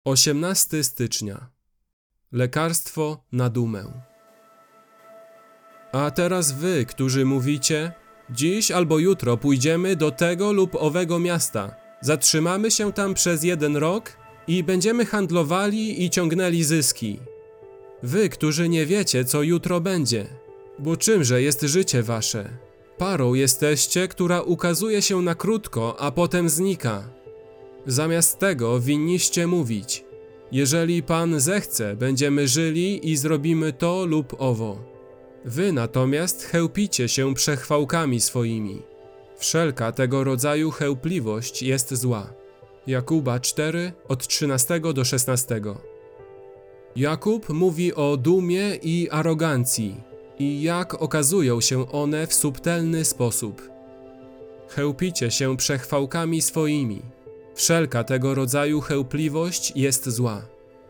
18 stycznia. Lekarstwo na dumę. A teraz wy, którzy mówicie, dziś albo jutro pójdziemy do tego lub owego miasta, zatrzymamy się tam przez 1 rok i będziemy handlowali i ciągnęli zyski. Wy, którzy nie wiecie, co jutro będzie, bo czymże jest życie wasze? Parą jesteście, która ukazuje się na krótko, a potem znika. Zamiast tego winniście mówić: jeżeli Pan zechce, będziemy żyli i zrobimy to lub owo. Wy natomiast chełpicie się przechwałkami swoimi. Wszelka tego rodzaju chełpliwość jest zła. Jakuba 4, od 13 do 16. Jakub mówi o dumie i arogancji i jak okazują się one w subtelny sposób. Chełpicie się przechwałkami swoimi. Wszelka tego rodzaju chełpliwość jest zła.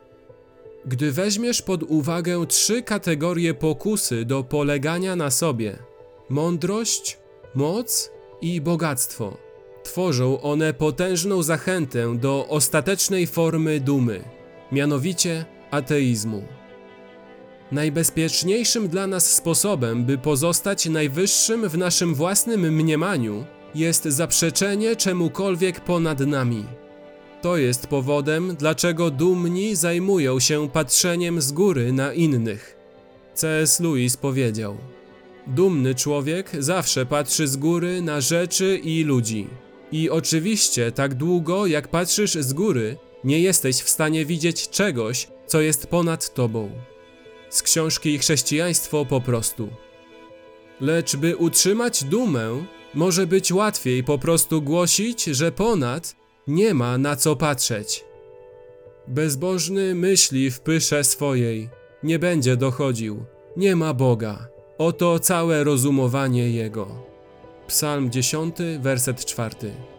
Gdy weźmiesz pod uwagę 3 kategorie pokusy do polegania na sobie: mądrość, moc i bogactwo, tworzą one potężną zachętę do ostatecznej formy dumy, mianowicie ateizmu. Najbezpieczniejszym dla nas sposobem, by pozostać najwyższym w naszym własnym mniemaniu, jest zaprzeczenie czemukolwiek ponad nami. To jest powodem, dlaczego dumni zajmują się patrzeniem z góry na innych. C.S. Lewis powiedział: dumny człowiek zawsze patrzy z góry na rzeczy i ludzi. I oczywiście tak długo, jak patrzysz z góry, nie jesteś w stanie widzieć czegoś, co jest ponad tobą. Z książki Chrześcijaństwo po prostu. Lecz by utrzymać dumę, może być łatwiej po prostu głosić, że ponad nie ma na co patrzeć. Bezbożny myśli w pysze swojej, nie będzie dochodził, nie ma Boga. Oto całe rozumowanie Jego. Psalm 10, werset 4.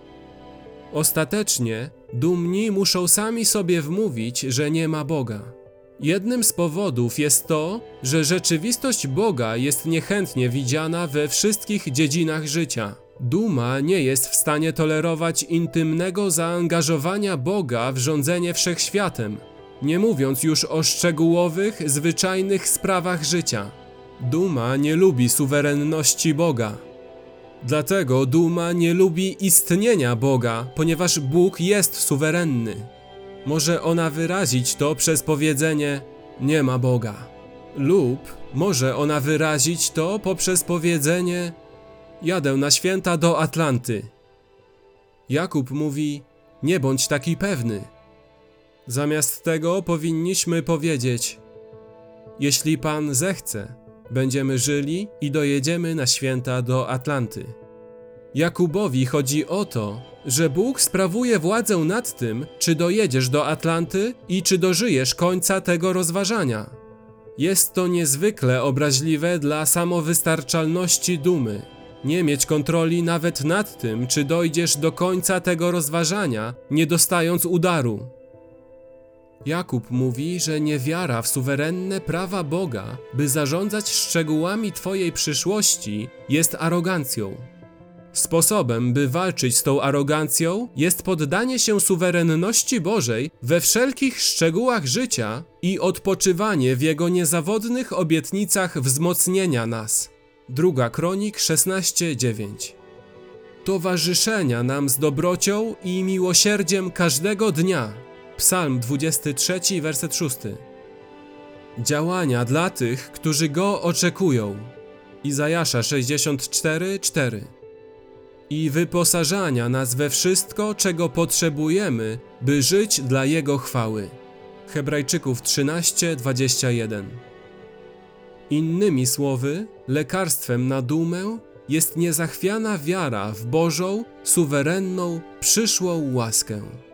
Ostatecznie dumni muszą sami sobie wmówić, że nie ma Boga. Jednym z powodów jest to, że rzeczywistość Boga jest niechętnie widziana we wszystkich dziedzinach życia. Duma nie jest w stanie tolerować intymnego zaangażowania Boga w rządzenie wszechświatem, nie mówiąc już o szczegółowych, zwyczajnych sprawach życia. Duma nie lubi suwerenności Boga. Dlatego duma nie lubi istnienia Boga, ponieważ Bóg jest suwerenny. Może ona wyrazić to przez powiedzenie: nie ma Boga. Lub może ona wyrazić to poprzez powiedzenie: jadę na święta do Atlanty. Jakub mówi: nie bądź taki pewny. Zamiast tego powinniśmy powiedzieć: jeśli Pan zechce, będziemy żyli i dojedziemy na święta do Atlanty. Jakubowi chodzi o to, że Bóg sprawuje władzę nad tym, czy dojedziesz do Atlanty i czy dożyjesz końca tego rozważania. Jest to niezwykle obraźliwe dla samowystarczalności dumy. Nie mieć kontroli nawet nad tym, czy dojdziesz do końca tego rozważania, nie dostając udaru. Jakub mówi, że niewiara w suwerenne prawa Boga, by zarządzać szczegółami twojej przyszłości, jest arogancją. Sposobem, by walczyć z tą arogancją, jest poddanie się suwerenności Bożej we wszelkich szczegółach życia i odpoczywanie w Jego niezawodnych obietnicach wzmocnienia nas. 2 Kronik 16:9. Towarzyszenia nam z dobrocią i miłosierdziem każdego dnia. Psalm 23, werset 6. Działania dla tych, którzy Go oczekują. Izajasza 64:4. I wyposażania nas we wszystko, czego potrzebujemy, by żyć dla Jego chwały. Hebrajczyków 13:21. Innymi słowy, lekarstwem na dumę jest niezachwiana wiara w Bożą, suwerenną, przyszłą łaskę.